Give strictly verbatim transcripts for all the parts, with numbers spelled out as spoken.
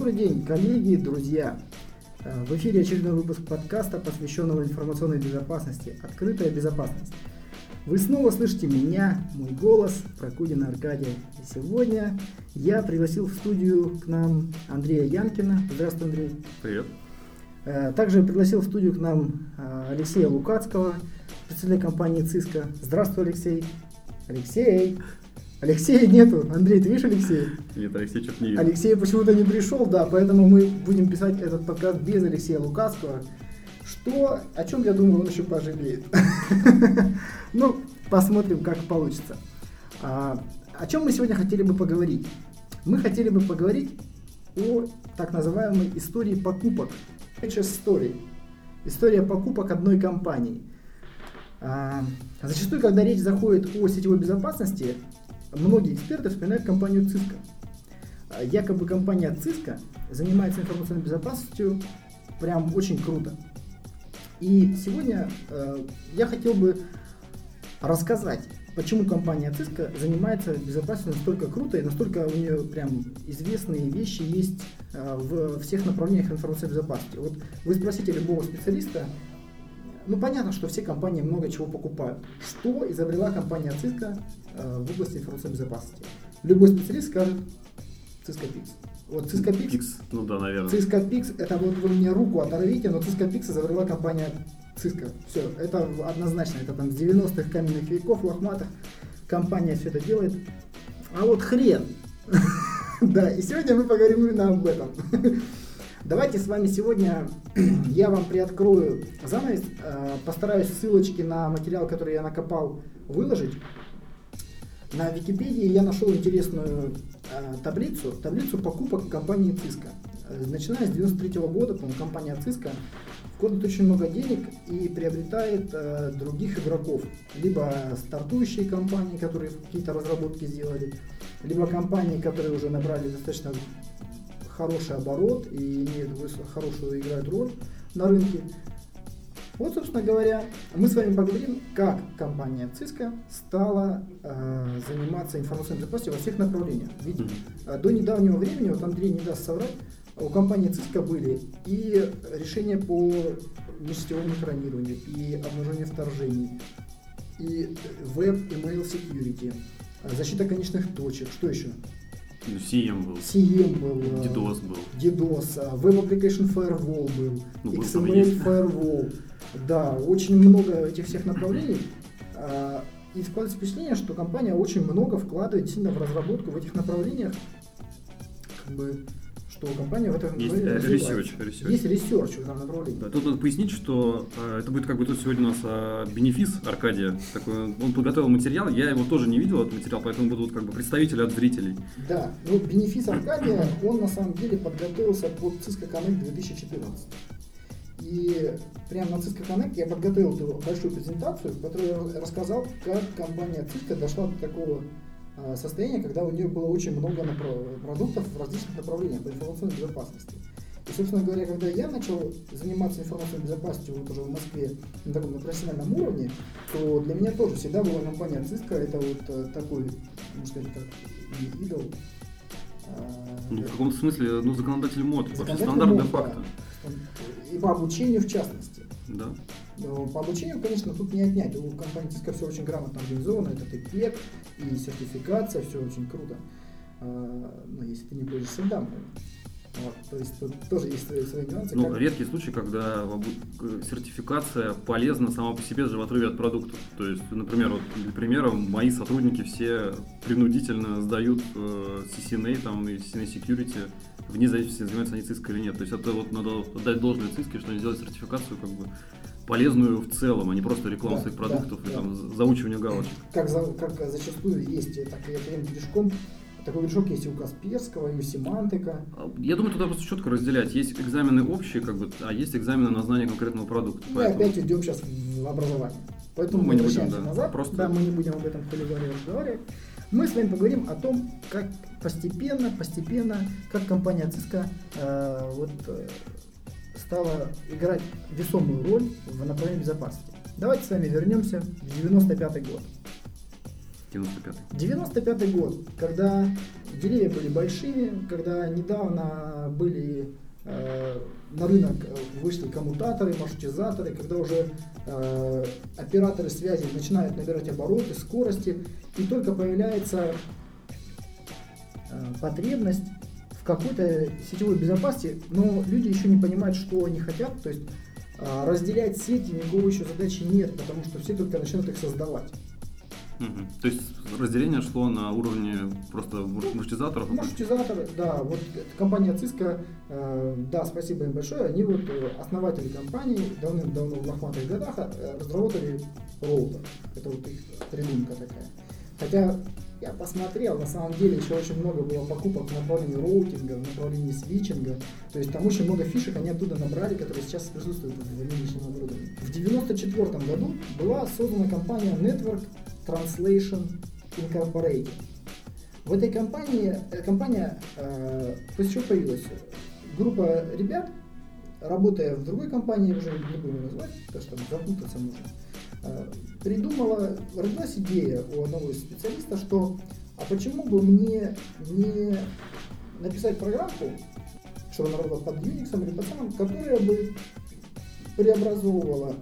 Добрый день, коллеги, друзья! В эфире очередной выпуск подкаста, посвященного информационной безопасности «Открытая безопасность». Вы снова слышите меня, мой голос, Прокудина Аркадия. И сегодня я пригласил в студию к нам Андрея Янкина. Здравствуй, Андрей. Привет. Также пригласил в студию к нам Алексея Лукацкого, представителя компании Cisco. Здравствуй, Алексей. Алексей. Алексея нету. Андрей, ты видишь Алексея? Нет, Алексей что-то не видит. Алексей почему-то не пришел, да, поэтому мы будем писать этот подкаст без Алексея Лукацкого. Что, о чем, я думаю, он еще пожалеет. Ну, посмотрим, как получится. А, о чем мы сегодня хотели бы поговорить? Мы хотели бы поговорить о так называемой истории покупок. Purchase story. История покупок одной компании. А, зачастую, когда речь заходит о сетевой безопасности, многие эксперты вспоминают компанию Cisco. Якобы компания Cisco занимается информационной безопасностью прям очень круто. И сегодня э, я хотел бы рассказать, почему компания Cisco занимается безопасностью настолько круто и настолько у нее прям известные вещи есть э, в всех направлениях информационной безопасности. Вот вы спросите любого специалиста, ну понятно, что все компании много чего покупают. Что изобрела компания Cisco э, в области информационной безопасности? Любой специалист скажет Cisco Pix. Вот Cisco Pix, Pix, ну да, наверное. Cisco Pix, это вот вы мне руку оторвите, но Cisco Pix изобрела компания Cisco. Все, это однозначно, это там с девяностых каменных веков, лохматых, компания все это делает. А вот хрен. Да, и сегодня мы поговорим именно об этом. Давайте с вами сегодня я вам приоткрою занавес, постараюсь ссылочки на материал, который я накопал, выложить. На Википедии я нашел интересную э, таблицу, таблицу покупок компании Cisco. Начиная с девяносто третьего года, по-моему, компания Cisco вкладывает очень много денег и приобретает э, других игроков. Либо стартующие компании, которые какие-то разработки сделали, либо компании, которые уже набрали достаточно хороший оборот и имеют хорошую, играют роль на рынке. Вот, собственно говоря, мы с вами поговорим, как компания Cisco стала э, заниматься информационной безопасностью во всех направлениях. Ведь э, до недавнего времени, вот Андрей не даст соврать, у компании Cisco были и решения по межсетевому экранированию, и обнаружению вторжений, и веб-email security, защита конечных точек, что еще? Ну, си эм был. си эм был. DDoS был. DDoS, Web Application Firewall был, ну, икс эм эль Firewall. Да, очень много этих всех направлений. И складывается впечатление, что компания очень много вкладывает действительно в разработку в этих направлениях. Как бы, что компания в этом есть research, research. Есть research в этом направлении. Да, тут надо пояснить, что э, это будет как бы тут сегодня у нас э, бенефис Аркадия. Такой, он подготовил материал, я его тоже не видел, этот материал, поэтому будут как бы представители от зрителей. Да, ну бенефис Аркадия, он на самом деле подготовился под Cisco Connect две тысячи четырнадцать. И прямо на Cisco Connect я подготовил эту большую презентацию, в которой я рассказал, как компания Cisco дошла до такого э, состояния, когда у нее было очень много направ- продуктов в различных направлениях по информационной безопасности. И, собственно говоря, когда я начал заниматься информационной безопасностью вот уже в Москве на таком на профессиональном уровне, то для меня тоже всегда была компания Cisco, это вот э, такой, можно сказать, как не идол. Ну, в каком-то смысле, ну, законодатель мод, вообще Законодатель стандарт мод, де-факто. Да. И по обучению в частности. Да. Но по обучению, конечно, тут не отнять. У компании Cisco все очень грамотно организовано, это и пек, и сертификация, все очень круто. А, но если ты не пользуешься данными. Вот, то есть тут тоже есть свои, свои нюансы. Ну, как... редкий случай, когда сертификация полезна сама по себе в отрыве от продукта. То есть, например, вот, для примера, мои сотрудники все принудительно сдают э, си си эн эй там, и си си эн эй Security, вне зависимости, занимаются они Cisco или нет. То есть это вот надо отдать должное Cisco, что они сделали сертификацию как бы полезную в целом, а не просто рекламу да, своих продуктов да, и да. Там, заучивание галочек. Как, за, как зачастую есть так, таким грешком. Такой грешок есть и у Касперского, и у Семантика. Я думаю, туда просто четко разделять. Есть экзамены общие, как бы, а есть экзамены на знание конкретного продукта. Мы поэтому... опять идем сейчас в образование. Поэтому ну, мы, мы возвращаемся будем, да, назад. просто... Да, мы не будем об этом холиваре разговаривать. Мы с вами поговорим о том, как постепенно, постепенно, как компания Cisco э, вот, э, стала играть весомую роль в направлении безопасности. Давайте с вами вернемся в девяносто пятый год. девяносто пятый. девяносто пятый год, когда деревья были большими, когда недавно были э, на рынок вышли коммутаторы, маршрутизаторы, когда уже э, операторы связи начинают набирать обороты, скорости, и только появляется э, потребность в какой-то сетевой безопасности, но люди еще не понимают, что они хотят, то есть э, разделять сети никакого еще задачи нет, потому что все только начнут их создавать. Угу. То есть разделение шло на уровне просто маршрутизаторов? Маршрутизаторы, да. Вот компания Cisco, э, да, спасибо им большое, они вот основатели компании давным-давно в лохматых годах разработали роутер. Это вот их придумка такая. Хотя я посмотрел, на самом деле еще очень много было покупок в направлении роутинга, в направлении свитчинга. То есть там очень много фишек они оттуда набрали, которые сейчас присутствуют в нынешнем оборудовании. В девяносто четвёртом году была создана компания Network Translation Incorporated. В этой компании, компания, э, после чего появилась группа ребят, работая в другой компании, уже не будем назвать, потому что там запутаться можно, э, придумала, родилась идея у одного из специалистов, что а почему бы мне не написать программку, чтобы она работала под Unix или под самым, которая бы преобразовывала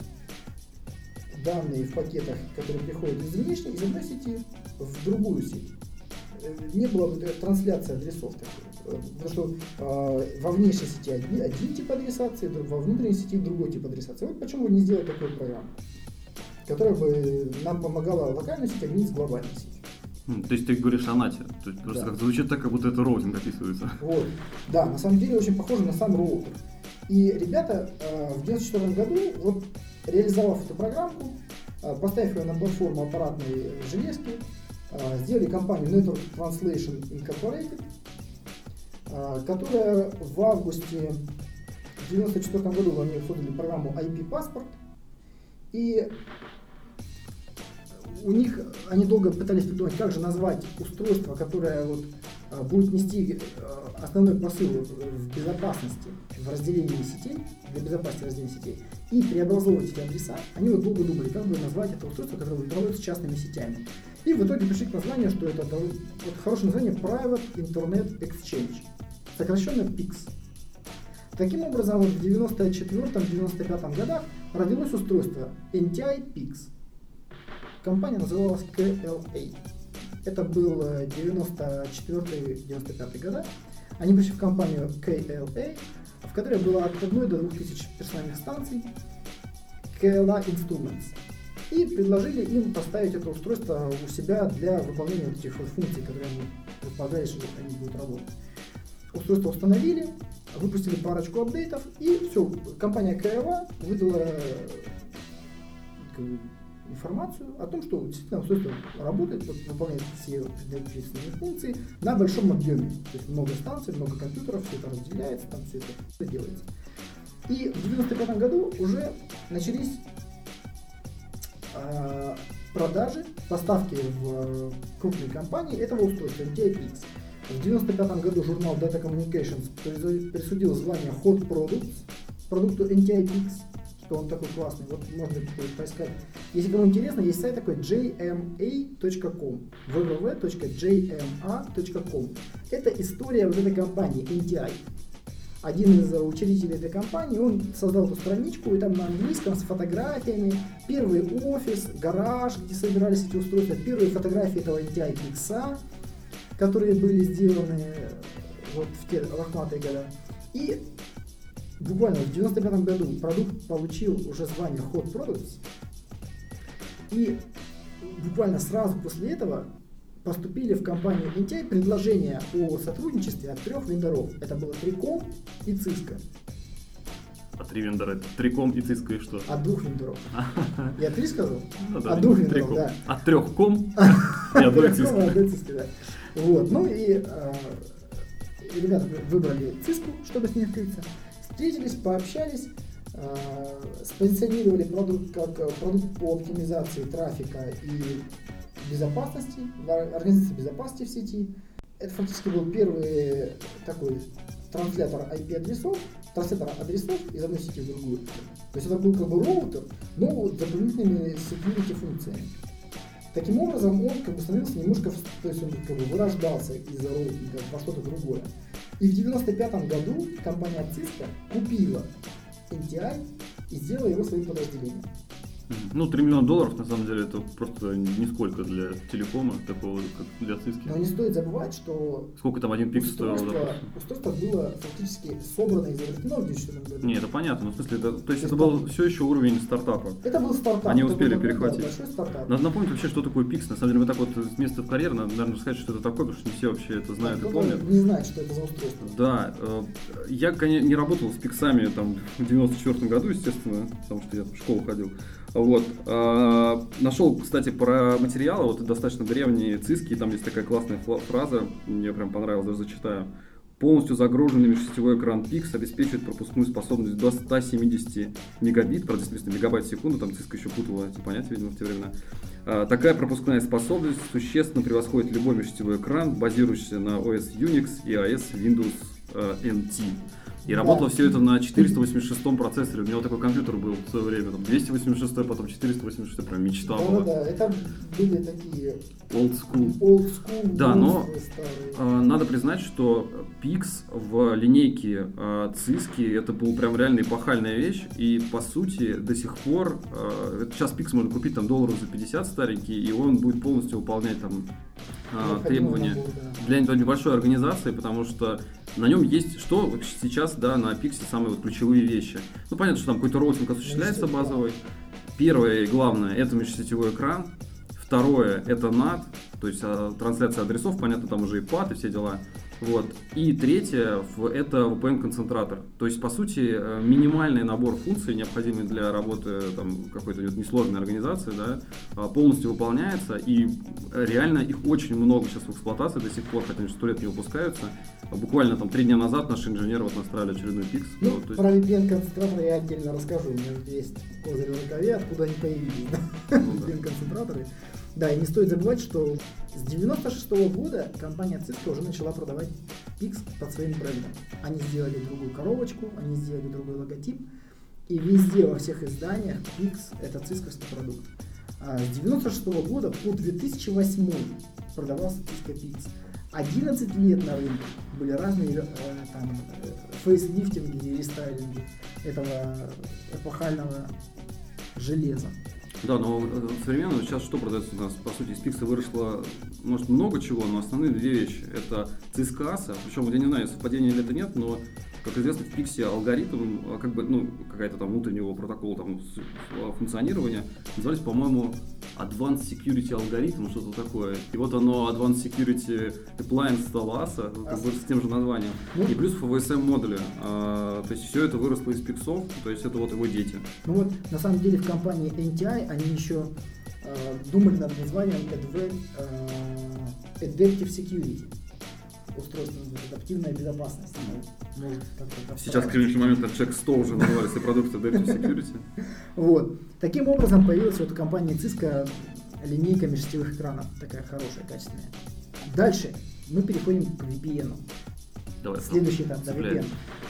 данные в пакетах, которые приходят из внешней, из одной сети в другую сеть. Не было бы трансляции адресов такой, потому что э, во внешней сети один, один тип адресации, во внутренней сети другой тип адресации. Вот почему бы не сделать такую программу, которая бы нам помогала локальную сеть объединить с глобальной сетью. То есть ты говоришь о нате, то есть просто да. как звучит так, как будто это роутинг описывается. Вот. Да, на самом деле очень похоже на сам роутер. И ребята э, в девяносто четвёртом году, вот, реализовав эту программку, э, поставив ее на платформу аппаратной железки, э, сделали компанию Network Translation Incorporated, э, которая в августе девяносто четвёртом году они создали программу ай пи-паспорт, и у них, они долго пытались придумать, как же назвать устройство, которое вот, будет нести основной посыл в безопасности, в разделении сетей, для безопасности разделения сетей, и преобразовывать эти адреса. Они вот долго думали, как бы назвать это устройство, которое управляется частными сетями. И в итоге пришли к названию, что это вот, хорошее название Private Internet Exchange, сокращенно пикс. Таким образом, вот в девяносто четвёртом — девяносто пятом годах родилось устройство эн ти ай пикс. Компания называлась кей эл эй. Это был девяносто четвёртый — девяносто пятый года. Они пришли в компанию кей эл эй, в которой было от одной до двух тысяч персональных станций, кей эл эй Instruments, и предложили им поставить это устройство у себя для выполнения вот этих вот функций, которые они предполагали, что они будут работать. Устройство установили, выпустили парочку апдейтов, и все, компания кей эл эй выдала информацию о том, что действительно устройство работает, выполняет все перечисленные функции на большом объеме. То есть много станций, много компьютеров, все это разделяется, там все это делается. И в девяносто пятом году уже начались э, продажи, поставки в крупные компании этого устройства эн ти ай пикс. В девяносто пятом году журнал Data Communications присудил звание Hot Products продукту эн ти ай пикс, что он такой классный. Вот можно будет поискать. Если кому интересно, есть сайт такой джей эм эй точка ком, дабл ю дабл ю дабл ю точка джей эм эй точка ком. Это история вот этой компании эн ти ай. Один из учредителей этой компании, он создал эту страничку, и там на английском с фотографиями, первый офис, гараж, где собирались эти устройства, первые фотографии этого эн ти ай пикса, которые были сделаны вот в те лохматые года. И буквально в девяносто пятом году продукт получил уже звание Hot Products, и буквально сразу после этого поступили в компанию эн ти ай предложения о сотрудничестве от трех вендоров. Это было Триком и Cisco. А три вендора — это Триком и Cisco и что? От двух вендоров. Я три сказал? Ну, да, от двух вендоров, да. От трех ком и одной Cisco. Да. Вот, ну и э, ребята выбрали Cisco, чтобы с ней встретиться. Встретились, пообщались, э, спозиционировали продукт как продукт по оптимизации трафика и безопасности, организации безопасности в сети. Это фактически был первый такой транслятор ай пи-адресов, транслятор адресов из одной сети в другую. То есть это был как бы роутер, но вот с дополнительными security функциями. Таким образом, он как бы становился немножко, то есть он как бы вырождался из-за роутинга во что-то другое. И в девяносто пятом году компания Cisco купила эн ти ай и сделала его своим подразделением. Ну, три миллиона долларов, на самом деле, это просто нисколько для телекома, такого, как для Cisco. Но не стоит забывать, что сколько там один пикс стоил? Устройство, устройство было фактически собрано и изобретено в две тысячи четвёртом году. Не, это понятно, но в смысле, это, то есть это был все еще уровень стартапа. Это был стартап. Они это успели был, перехватить. Да, большой стартап. Надо напомнить вообще, что такое пикс. На самом деле, мы так вот с места в карьер, надо, наверное, сказать, что это такое, потому что не все вообще это знают да, и помнят. Не знает, что это за устройство. Да, э, я, конечно, не работал с пиксами там в девяносто четвёртом году, естественно, потому что я в школу ходил. Вот. А, нашел, кстати, про материалы, вот достаточно древние циски, там есть такая классная фраза, мне прям понравилась, даже зачитаю. Полностью загруженный межсетевой экран пикс обеспечивает пропускную способность до ста семидесяти мегабит, правда, здесь мегабайт в секунду, там циска еще путала эти понятия, видимо, в те времена. А, такая пропускная способность существенно превосходит любой межсетевой экран, базирующийся на о эс Unix и эй эс Windows э, эн ти. И да. Работало все это на четыреста восемьдесят шестом процессоре. У меня вот такой компьютер был в свое время, там двести восемьдесят шесть, потом четыреста восемьдесят шесть, прям мечта да, была. Да, да, это были такие old school. Old school да, но э, надо признать, что пикс в линейке э, Cisco это был прям реально эпохальная вещь. И по сути до сих пор, э, сейчас пикс можно купить там долларов за пятьдесят старенький, и он будет полностью выполнять там э, требования набор, да. Для небольшой организации, потому что на нем есть, что сейчас, да, на пиксе самые вот ключевые вещи. Ну, понятно, что там какой-то роутинг осуществляется базовый. Первое и главное, это межсетевой экран. Второе, это нат, то есть а, трансляция адресов, понятно, там уже и пад и все дела. Вот. И третье, это ви пи эн-концентратор. То есть, по сути, минимальный набор функций, необходимый для работы там, какой-то несложной организации, да, полностью выполняется. И реально их очень много сейчас в эксплуатации до сих пор, хотя они сто лет не выпускаются. Буквально там три дня назад наши инженеры вот настраивали очередной пикс. Ну, вот, про ви пи эн-концентраторы я отдельно расскажу. У меня есть козырь в рукаве, откуда они появились. Да? Ну, ви пи эн-концентраторы. Да, и не стоит забывать, что с девяносто шестого года компания Cisco уже начала продавать пикс под своим брендом. Они сделали другую коробочку, они сделали другой логотип, и везде, во всех изданиях, пикс — это цисковский продукт. А с девяносто шестого года по две тысячи восьмой продавался Cisco пикс. одиннадцать лет на рынке были разные э, там, фейслифтинги и рестайлинги этого эпохального железа. Да, но современно сейчас что продается у нас? По сути, из пикса выросло, может, много чего, но основные две вещи. Это ЦСКА, причем, я не знаю, совпадения или это нет, но, как известно, в пиксе алгоритм, как бы, ну, какая-то там внутреннего протокола там, функционирования, назывались, по-моему, Advanced Security алгоритм, что-то такое. И вот оно, Advanced Security Appliance стало аса, как бы с тем же названием. И плюс эф ви эс эм модули. А, то есть все это выросло из пиксов, то есть это вот его дети. Ну вот, на самом деле, в компании эн ти ай они еще э, думали над названием э, Adaptive Security. Устройство, адаптивная безопасность. Может, сейчас в критический момент на Check сто уже назывались и продукты Adaptive Security. Вот. Таким образом появилась вот у компании Cisco линейка межсетевых экранов, такая хорошая, качественная. Дальше мы переходим к ви пи эн. Давай, Следующий этап, да, ви пи эн.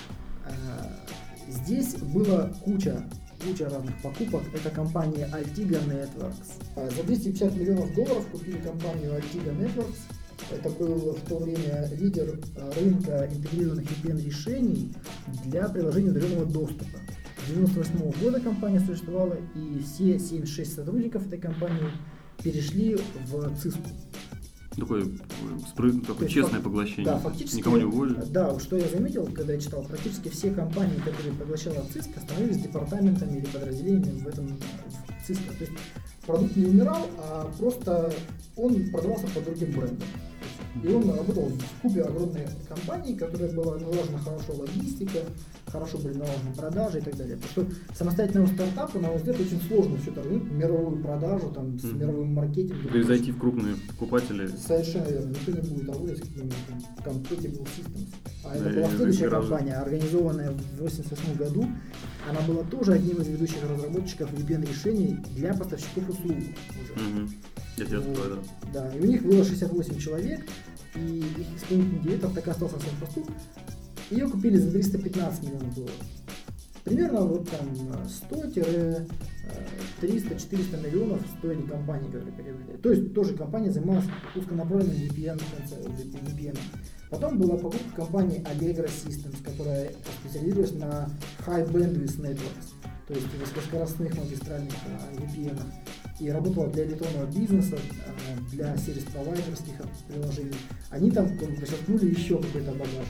Здесь была куча куча разных покупок. Это компания Altiga Networks. За двести пятьдесят миллионов долларов купили компанию Altiga Networks. Это был в то время лидер рынка интегрированных ви пи эн-решений для приложения удаленного доступа. С девяносто восьмого года компания существовала, и все семьдесят шесть сотрудников этой компании перешли в Cisco. Такое, спрыг... Такое честное фак... поглощение. Да, фактически, никого не уволили. Да, что я заметил, когда я читал, практически все компании, которые поглощала Cisco, становились департаментами или подразделениями в этом в Cisco. То есть продукт не умирал, а просто он продавался под другим брендом. И он работал в кубе огромной компании, которая была налажена хорошо логистика, хорошо были налажены продажи и так далее. Потому что самостоятельного стартапа, на мой взгляд, очень сложно все это рынок, мировую продажу там, с mm-hmm. мировым маркетингом. То есть зайти в крупные покупатели. Совершенно верно. Никто не будет работать с какими-то Compatible Systems. А это да, была следующая компания, организованная в восемьдесят восьмом году. Она была тоже одним из ведущих разработчиков ви пи эн-решений для поставщиков услуг. Уже. Mm-hmm. Я тебя вот, знаю, да. Да, и у них было шестьдесят восемь человек, и их исполнительный директор так и остался на своем посту. Ее купили за триста пятнадцать миллионов долларов. Примерно вот там сто триста-четыреста миллионов стоили компании, которые приобрели. То есть тоже компания занималась узконаправленным ви пи эн, ви пи эн. Потом была покупка компании Allegro Systems, которая специализировалась на High Bandwidth Networks, то есть высокоскоростных магистральных ви пи эн. И работала для электронного бизнеса, для сервис-провайдерских приложений. Они там подчеркнули еще какой-то багаж.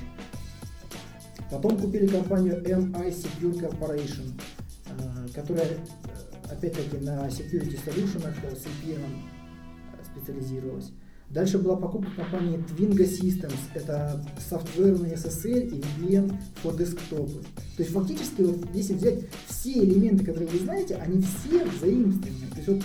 Потом купили компанию эм ай Secure Corporation, которая опять-таки на security solutions с ви пи эн специализировалась. Дальше была покупка компании Twingo Systems, это софтверный эс эс эль и ви пи эн по десктопы. То есть фактически, вот, если взять все элементы, которые вы знаете, они все взаимственны. То есть вот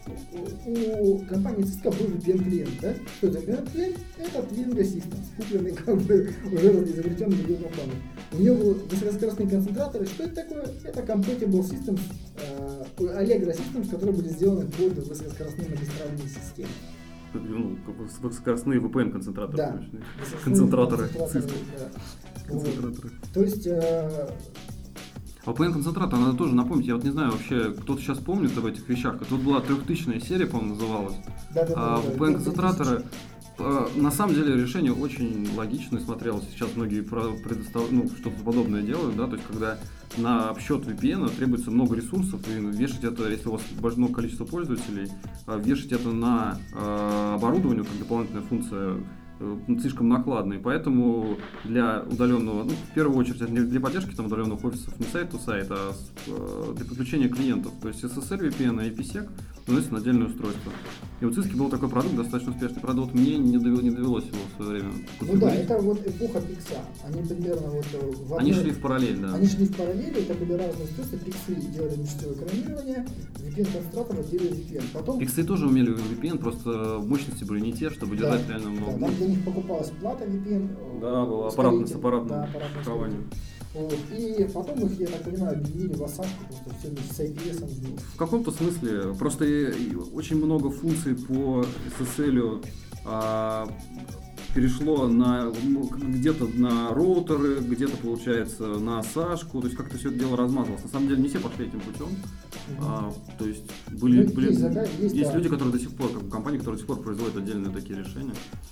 у, у компании Cisco был ви пи эн клиент, да? Что это ви пи эн клиент? Это Twingo Systems, купленный как бы уже изобретенный ее компанией. У нее были высокоскоростные концентраторы. Что это такое? Это Compatible Systems, э, Allegro Systems, которые были сделаны под высокоскоростные магистральные системы. Ну, высокоскоростные ви пи эн-концентраторы. Да. Концентраторы. Концентраторы, да. Концентраторы. Вот. То есть... Э... ви пи эн-концентратор, надо тоже напомнить, я вот не знаю, вообще, кто-то сейчас помнит об этих вещах. Тут была трехтысячная серия, по-моему, называлась. Да, да, а да, ви пи эн-концентраторы, на самом деле, решение очень логично смотрелось. Сейчас многие предостав... ну, что-то подобное делают, да, то есть, когда на обсчет ви пи эн требуется много ресурсов, и вешать это, если у вас большое количество пользователей, вешать это на оборудование, как дополнительная функция, слишком накладный, поэтому для удаленного, ну, в первую очередь, это не для поддержки там удаленных офисов, не сайт-то-сайт, а для подключения клиентов, то есть эс эс эль, ви пи эн и ай пи сек выносят на отдельное устройство. И у Cisco был такой продукт достаточно успешный, правда, вот мне не, довело, не довелось его в свое время купить. Ну да, это вот эпоха пикса, они примерно вот в одной... Они шли в параллель, да. Они шли в параллель, это были разные устройства, пиксы делали межсетевое экранирование, ви пи эн-концентраторы делали ви пи эн. Потом... Пиксы тоже умели ви пи эн, просто мощности были не те, чтобы да, держать реально много. Да, там для них покупалась плата ви пи эн. Да, была аппаратная, с аппаратным да, шифрованием. Вот. И потом их, я так понимаю, объединили в осашку, просто все вместе с ай пи эс. В каком-то смысле, просто очень много функций по эс эс эль а, перешло на где-то на роутеры, где-то, получается, на осашку, то есть как-то все это дело размазалось. На самом деле не все пошли этим путем. Mm-hmm. А, то есть были, ну, были, есть, есть, есть, есть да. люди, которые до сих пор, как компании, которые до сих пор производят отдельные такие решения.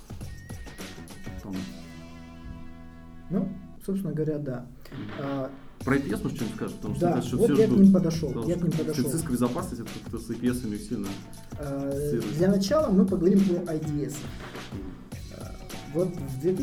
Там. Ну, собственно говоря, да. А, про ай пи эс, может, что-нибудь скажешь? Потому да, что вот все я ждут. к ним подошел. Потому я к ним подошел. Cisco безопасность, это как-то с ай пи эс-ами сильно. А, для начала мы поговорим про ай ди эс. А, вот в две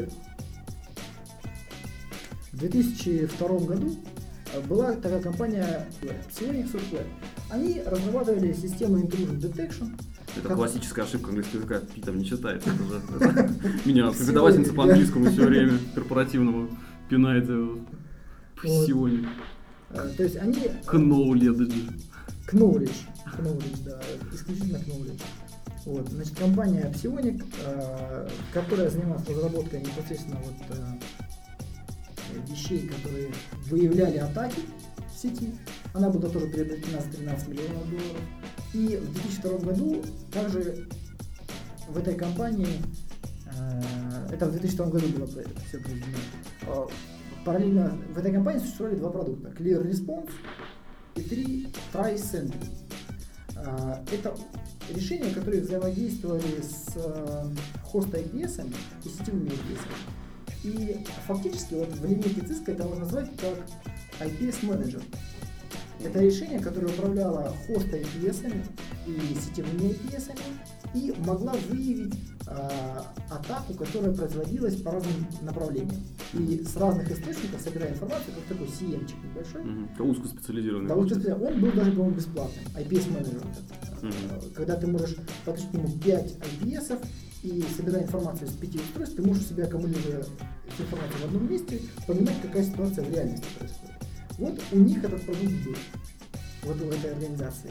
тысячи втором году была такая компания Psionic Software. Они разрабатывали систему Intrusion Detection. Это как... классическая ошибка английского языка, там не читается. Это же, меня преподавательница по английскому все время корпоративному пинает Psionic. То есть они... Knowledge. Knowledge. Knowledge, да. Исключительно Knowledge. Вот. Значит, компания Psionic, которая занималась разработкой непосредственно вот вещей, которые выявляли атаки в сети. Она была тоже приобретена за тринадцать миллионов долларов. И в две тысячи втором году также в этой компании, э, это в две тысячи втором году было все произведено, э, параллельно в этой компании существовали два продукта: Clear Response и три Tri-Sentry. Э, это решения, которые взаимодействовали с э, хост ай пи эс и сетевыми ай пи эс. И фактически вот в линейке Cisco это можно назвать как ай пи эс-менеджер. Это решение, которое управляло хост ай пи эс и сетевыми ай пи эс и могла выявить э, атаку, которая производилась по разным направлениям. И с разных источников, собирая информацию, как такой си эм-чик небольшой. Mm-hmm. Узкоспециализированный. Да, узкоспециализированный. Он был даже, по-моему, бесплатным. ай пи эс-менеджер. Mm-hmm. Когда ты можешь подключить к нему пять ай пи эс и собирая информацию с пяти устройств, ты можешь себя, аккумулируя информацию в одном месте, понимать, какая ситуация в реальности происходит. Вот у них этот продукт был, вот в этой организации.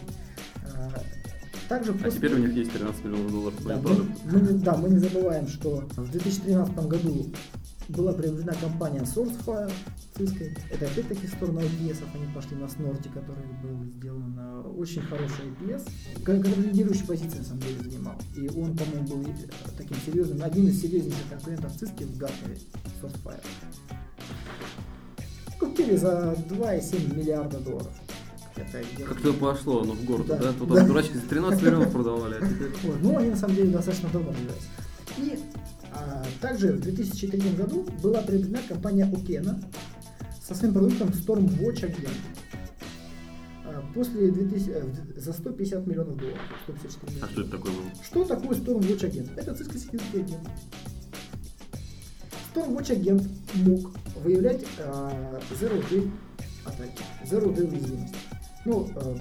Также а теперь у них есть тринадцать миллионов долларов. Да, мы, мы, да, мы не забываем, что в две тысячи тринадцатом году была приобретена компания SourceFire Cisco. Это опять-таки в сторону ай пи эс, они пошли на Snorty, который был сделан очень хороший ай пи эс, который лидирующие позиции на самом деле занимал. И он, по-моему, был таким серьезным, один из серьезнейших конкурентов Cisco в Gartner SourceFire. Купили за два целых семь десятых миллиарда долларов. Это Как-то пошло оно в город, да? Да, Тут да. дурачки за тринадцать миллионов продавали, а теперь... Вот, ну, они на самом деле достаточно давно развиваются. И а, также в две тысячи третьем году была приобретена компания Okena со своим продуктом Stormwatch Agent. А, после две тысячи, э, за сто пятьдесят миллионов долларов. сто пятьдесят четыре миллиона. А что это такое было? Что такое Stormwatch Agent? Это Cisco Security агент. Stormwatch агент мог выявлять э, Zero Day атаки, Zero Day уязвимости. Ну, э,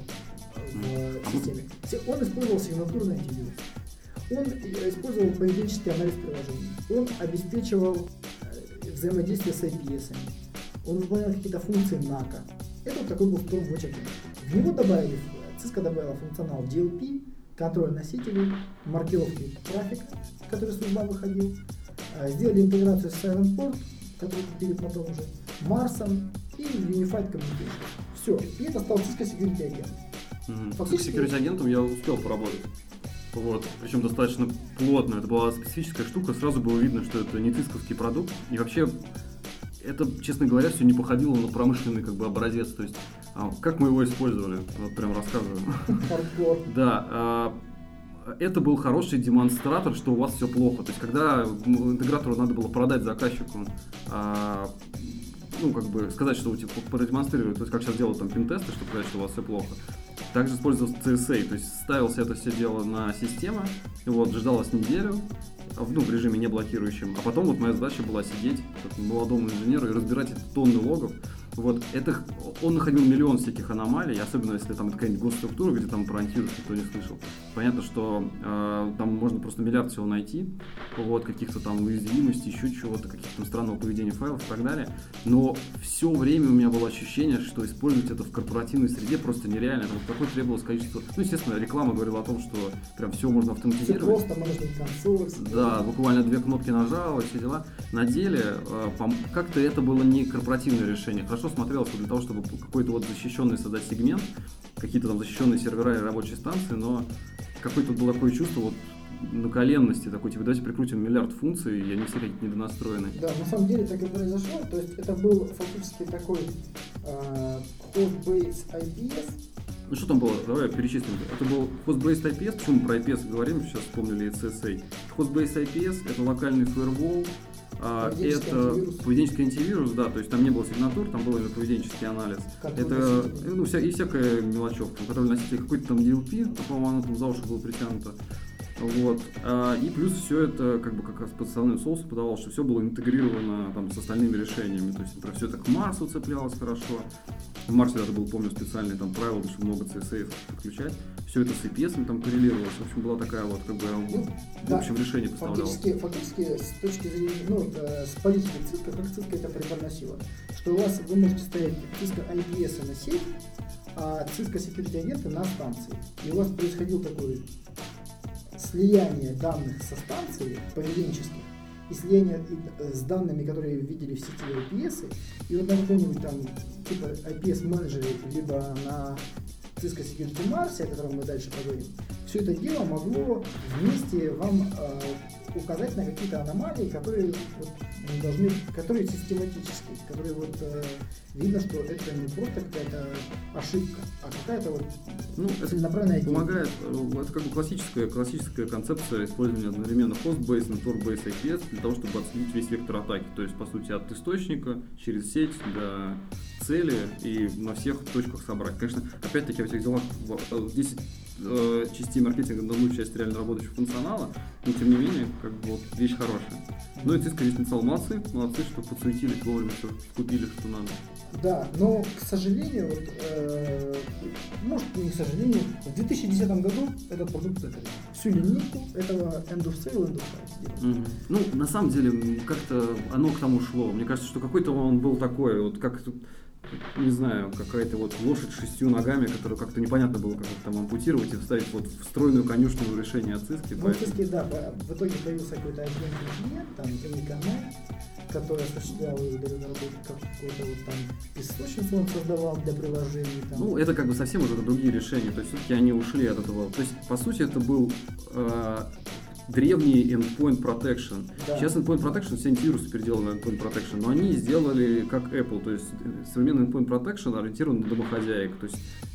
в системе. Он использовал сигнатурный антивирус. Он использовал поведенческий анализ приложений. Он обеспечивал э, взаимодействие с ай пи эс-ами. Он выполнял какие-то функции нака. Это вот такой был Stormwatch агент. В него добавили, Cisco добавила функционал ди эл пи, контроль носителей, маркировки трафика, который с узла выходил. Сделали интеграцию с SilentPort, который купили потом уже, Марсом и Unified Communication. Все. И это стал Cisco Security агент. Mm-hmm. Фактически... С security агентом я успел поработать. Вот. Причем достаточно плотно. Это была специфическая штука. Сразу было видно, что это не цисковский продукт. И вообще, это, честно говоря, все не походило на промышленный как бы образец. То есть, а, как мы его использовали? Вот прям рассказываю. Хардкор. Да. А, это был хороший демонстратор, что у вас все плохо. То есть, когда интегратору надо было продать заказчику, а, ну, как бы сказать, что типа, продемонстрировать, то есть, как сейчас делают там пентесты, чтобы сказать, что у вас все плохо. Также использовался си эс эй, то есть, ставился это все дело на систему, вот, ждалось неделю, ну, в режиме не блокирующем, а потом вот моя задача была сидеть, как молодому инженеру, и разбирать эти тонны логов. Вот, это, он находил миллион всяких аномалий, особенно если там какая-нибудь госструктура, где там про антивирус никто не слышал. Понятно, что э, там можно просто миллиард всего найти, вот, каких-то там уязвимостей, еще чего-то, каких-то там странного поведения файлов и так далее. Но все время у меня было ощущение, что использовать это в корпоративной среде просто нереально. Там такое требовалось количество... Ну, естественно, реклама говорила о том, что прям все можно автоматизировать. Все просто, менеджмент консоль. Да, буквально две кнопки нажал, и все дела. На деле, э, как-то это было не корпоративное решение. Хорошо смотрелось для того, чтобы какой-то вот защищенный создать сегмент, какие-то там защищенные сервера и рабочие станции, но какое-то было такое чувство вот наколенности, такой, типа, давайте прикрутим миллиард функций, и они все какие-то недонастроены. Да, на самом деле так и произошло, то есть это был фактически такой э, host-based ай пи эс. Ну что там было? Давай перечислим. Это был host-based ай пи эс, почему мы про ай пи эс говорим, сейчас вспомнили и си эс эй. Host-based ай пи эс — это локальный firewall, а, это антивирус. Поведенческий антивирус, да, то есть там не было сигнатур, там был именно поведенческий анализ. Контроль это, ну, вся, и всякая мелочевка, контроль носителей, какой-то там ди эл пи, по-моему, оно там за уши было притянуто. Вот. А, и плюс все это как бы как раз подставной соус подавал, что все было интегрировано там с остальными решениями. То есть, например, все это к Марсу цеплялось хорошо. В Марсе даже был, помню, специальный там правило, что много си эс эй подключать. Все это с ай пи эс там коррелировалось. В общем, была такая вот как бы ну, в общем да, решение поставлялось. Фактически, фактически с точки зрения, ну, с политики Cisco, как Cisco это преподносило, что у вас вы можете ставить Cisco ай пи эс на сеть, а Cisco Security агенты на станции. И у вас происходил такой слияние данных со станции поведенческих и слияние с данными, которые видели в сети ай пи эс, и вот на каком-нибудь там типа ай пи эс-менеджере, либо на Cisco Security Mars, о котором мы дальше поговорим, все это дело могло вместе вам э, указать на какие-то аномалии, которые вот, должны, которые систематические, которые вот э, видно, что это не просто какая-то ошибка, а какая-то вот ну, целенаправленная идея. Помогает, это как бы классическая, классическая концепция использования одновременно host-based, network-based ай пи эс для того, чтобы отследить весь вектор атаки, то есть по сути от источника через сеть до цели и на всех точках собрать. Конечно, опять-таки в этих делах десять э, частей маркетинга на одну часть реально работающего функционала, но тем не менее, как бы вот вещь хорошая. Ну и Cisco здесь написал молодцы, молодцы, что подсуетились, вовремя все купили, что надо. Да, но, к сожалению, вот, э, может не к сожалению, в две тысячи десятом году этот продукт закрыли. Всю линейку этого end of sale, end of life сделали. Mm-hmm. Ну, на самом деле, как-то оно к тому шло. Мне кажется, что какой-то он был такой, вот как не знаю, какая-то вот лошадь с шестью ногами, которую как-то непонятно было, как это там ампутировать и вставить вот в встроенную конюшню решение от Cisco. Ну, Cisco, да, в итоге появился какой-то агентный клиент, там, Uniconnect, который осуществлял удаленную работу, какой-то вот там песочницу он создавал для приложений. Там. Ну, это как бы совсем уже другие решения, то есть все-таки они ушли от этого. То есть, по сути, это был э, древний endpoint protection. Да. Сейчас endpoint protection, все антивирусы переделаны на endpoint protection, но они сделали как Apple, то есть современный endpoint protection ориентирован на домохозяек. То есть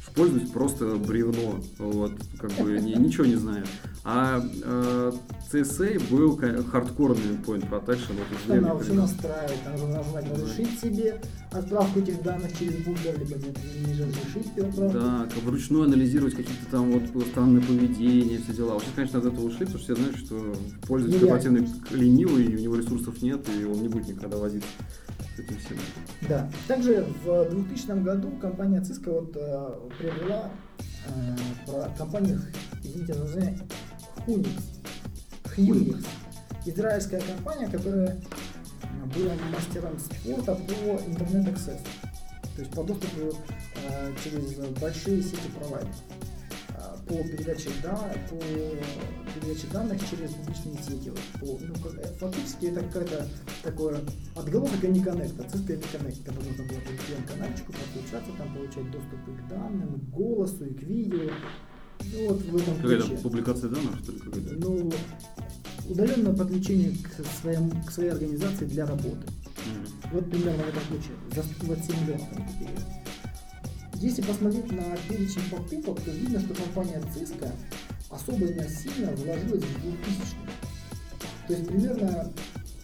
пользуюсь просто бревно, вот, как бы ни, ничего не знаю. А э, си эс эй был хардкорный endpoint protection. Вот, надо все настраивать, там нужно нажимать «Разрешить себе отправку этих данных через буфер», либо нет, не разрешить отправку. Да, как бы вручную анализировать какие-то там вот странные поведения, все дела. Вообще, конечно, от этого ушли, потому что все знают, что пользователь корпоративный ленивый, и у него ресурсов нет, и он не будет никогда возиться с этим всем. Да. Также в двухтысячном году компания Cisco вот, э, приобрела э, про компанию, извините за название, Hynix. Hynix. Израильская компания, которая была мастером спорта по интернет-аксессу. То есть по доступу э, через большие сети провайдеров. Э, по передаче, да, по передаче данных через публичные сети. Вот, по, ну, фактически это какая-то такое отголосок AnyConnect, Cisco AnyConnect, когда нужно было по ви пи эн-канальчику подключаться, там получать доступ и к данным, к голосу, и к видео. Ну, вот в этом ключе. Какая-то публикация данных, что ли? Какая-то? Ну, удаленное подключение к, своим, к своей организации для работы. Mm-hmm. Вот примерно в этом ключе. За сто двадцать семь миллионов они купили. Если посмотреть на перечень покупок, то видно, что компания Cisco особо сильно вложилась в двухтысячные. То есть примерно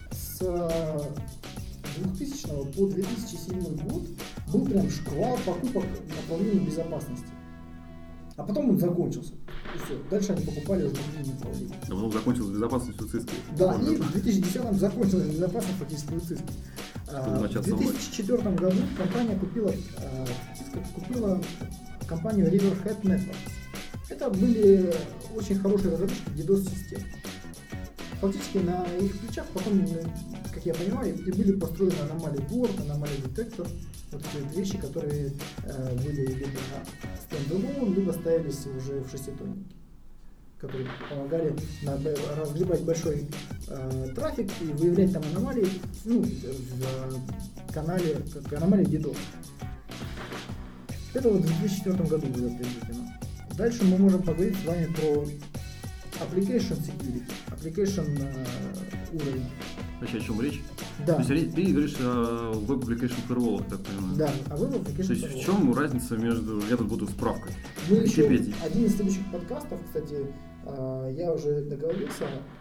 с двухтысячного по две тысячи седьмой год был прям шквал покупок в направлении безопасности. А потом он закончился. И все. Дальше они покупали уже другие направления. А потом закончилась безопасность у Cisco. Да, и в две тысячи десятом закончилась безопасность фактически у Cisco. А, в две тысячи четвёртом году компания купила, Cisco купила компанию Riverhead Networks. Это были очень хорошие разработчики DDoS-систем. Фактически на их плечах потом, как я понимаю, и были построены аномалии борт, аномалии детектор. Вот эти вещи, которые э, были либо стендалон, либо ставились уже в шеститонники, которые помогали на, разгребать большой э, трафик и выявлять там аномалии, ну, в канале, как аномалии DDoS. Это вот в две тысячи четвёртом году было приобретено. Дальше мы можем поговорить с вами про application security, application э, уровень. Вообще о чем речь? Да. То есть ты говоришь о Web Application Firewall, я так понимаю. Да, а Web Application Firewall. То есть в чем разница между... Я тут буду справкой. Мы еще один из следующих подкастов, кстати, я уже договорился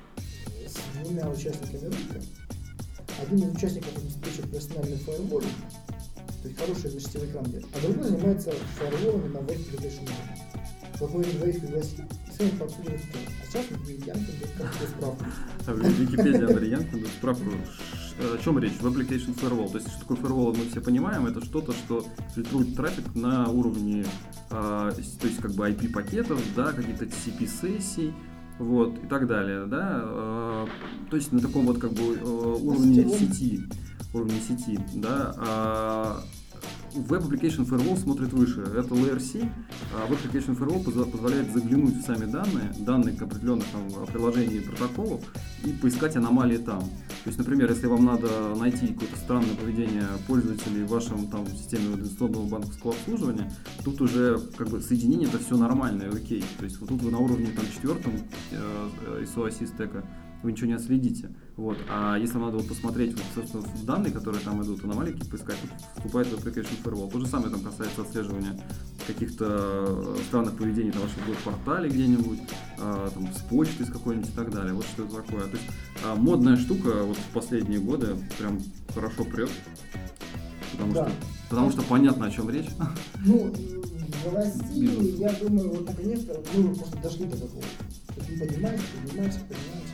с двумя участниками рынка. Один из участников обеспечивает профессиональный фаервол, то есть хороший межсетевой экран, а другой занимается фаерволами на Web Application Firewall. Вот мы их двоих пригласим и с вами пообсудим эту тему. А сейчас Андрей Янкин дает краткую справку. А в Википедии Андрей Янкин дает справку. О чем речь? В Application Firewall. То есть, что такое Firewall, мы все понимаем, это что-то, что фильтрует трафик на уровне, а, то есть, как бы ай пи-пакетов, да, каких-то ти си пи-сессий, вот, и так далее, да. А, то есть, на таком вот, как бы, уровне сети, уровне сети, да. А, Web Application Firewall смотрит выше, это Layer семь, а Web Application Firewall позволяет заглянуть в сами данные, данные к определенных там, приложений и протоколов и поискать аномалии там. То есть, например, если вам надо найти какое-то странное поведение пользователей в вашем там, системе инвестиционного банковского обслуживания, тут уже как бы соединение это все нормально и окей. То есть вот тут вы на уровне там, четвертом э, ай эс о-оси стека вы ничего не отследите. Вот. А если надо вот посмотреть вот, собственно, в данные, которые там идут, аномалии поискать, тут вступает в Application Firewall. То же самое там касается отслеживания каких-то странных поведений на вашем веб-портале где-нибудь, а, там, с почты с какой-нибудь и так далее. Вот что это такое. То есть а, модная штука вот в последние годы прям хорошо прет. Потому, да. что, потому что понятно, о чем речь. Ну, в России, я думаю, вот наконец-то мы просто дошли до такого. Ты понимаешь, понимаешь, понимаешь.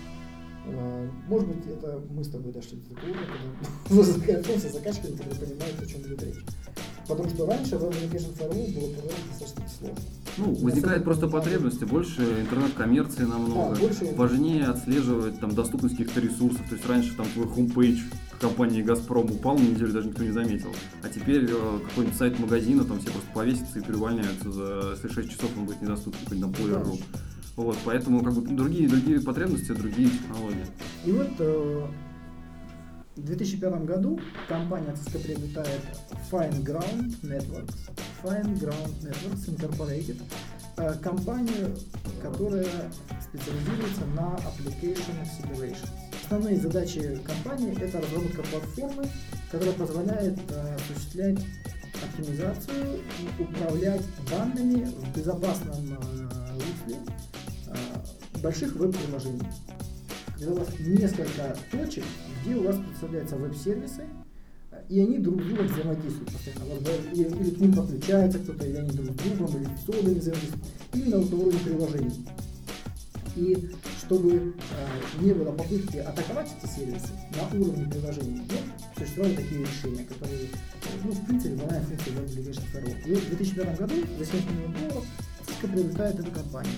Может быть, это мы с тобой дошли до такого уровня, когда заказчики, заказчики, которые понимают, о чем идет речь. Потому что раньше в Application Firewall было проверить достаточно сложно. Ну, возникает просто потребности, больше интернет-коммерции намного, да, больше... важнее отслеживать там доступность каких-то ресурсов. То есть раньше там твой хомпейдж компании «Газпром» упал на неделю, даже никто не заметил. А теперь э, какой-нибудь сайт магазина, там все просто повесятся и переувольняются, за, если шесть часов он будет недоступен, какой-нибудь там плеер.ру. Вот, поэтому как бы другие, другие потребности, другие технологии. И вот э, в две тысячи пятом году компания Cisco приобретает FineGround Networks, FineGround Networks Incorporated, э, компанию, которая специализируется на Application Acceleration. Основные задачи компании – это разработка платформы, которая позволяет э, осуществлять оптимизацию и управлять данными в безопасном э, русле э, больших веб-приложений. Когда у вас несколько точек, где у вас представляются веб-сервисы, и они друг с другом взаимодействуют постоянно. Вот, или, или к ним подключается кто-то, или они друг с другом, или с содами взаимодействуют. Именно вот в уровне приложений. И чтобы э, не было попытки атаковать эти сервисы на уровне приложений, ну, существовали такие решения, которые, ну, в принципе, выполняют функцию Web Application Firewall. И вот в две тысячи пятом году за семьдесят миллионов долларов Cisco приобретает эту компанию.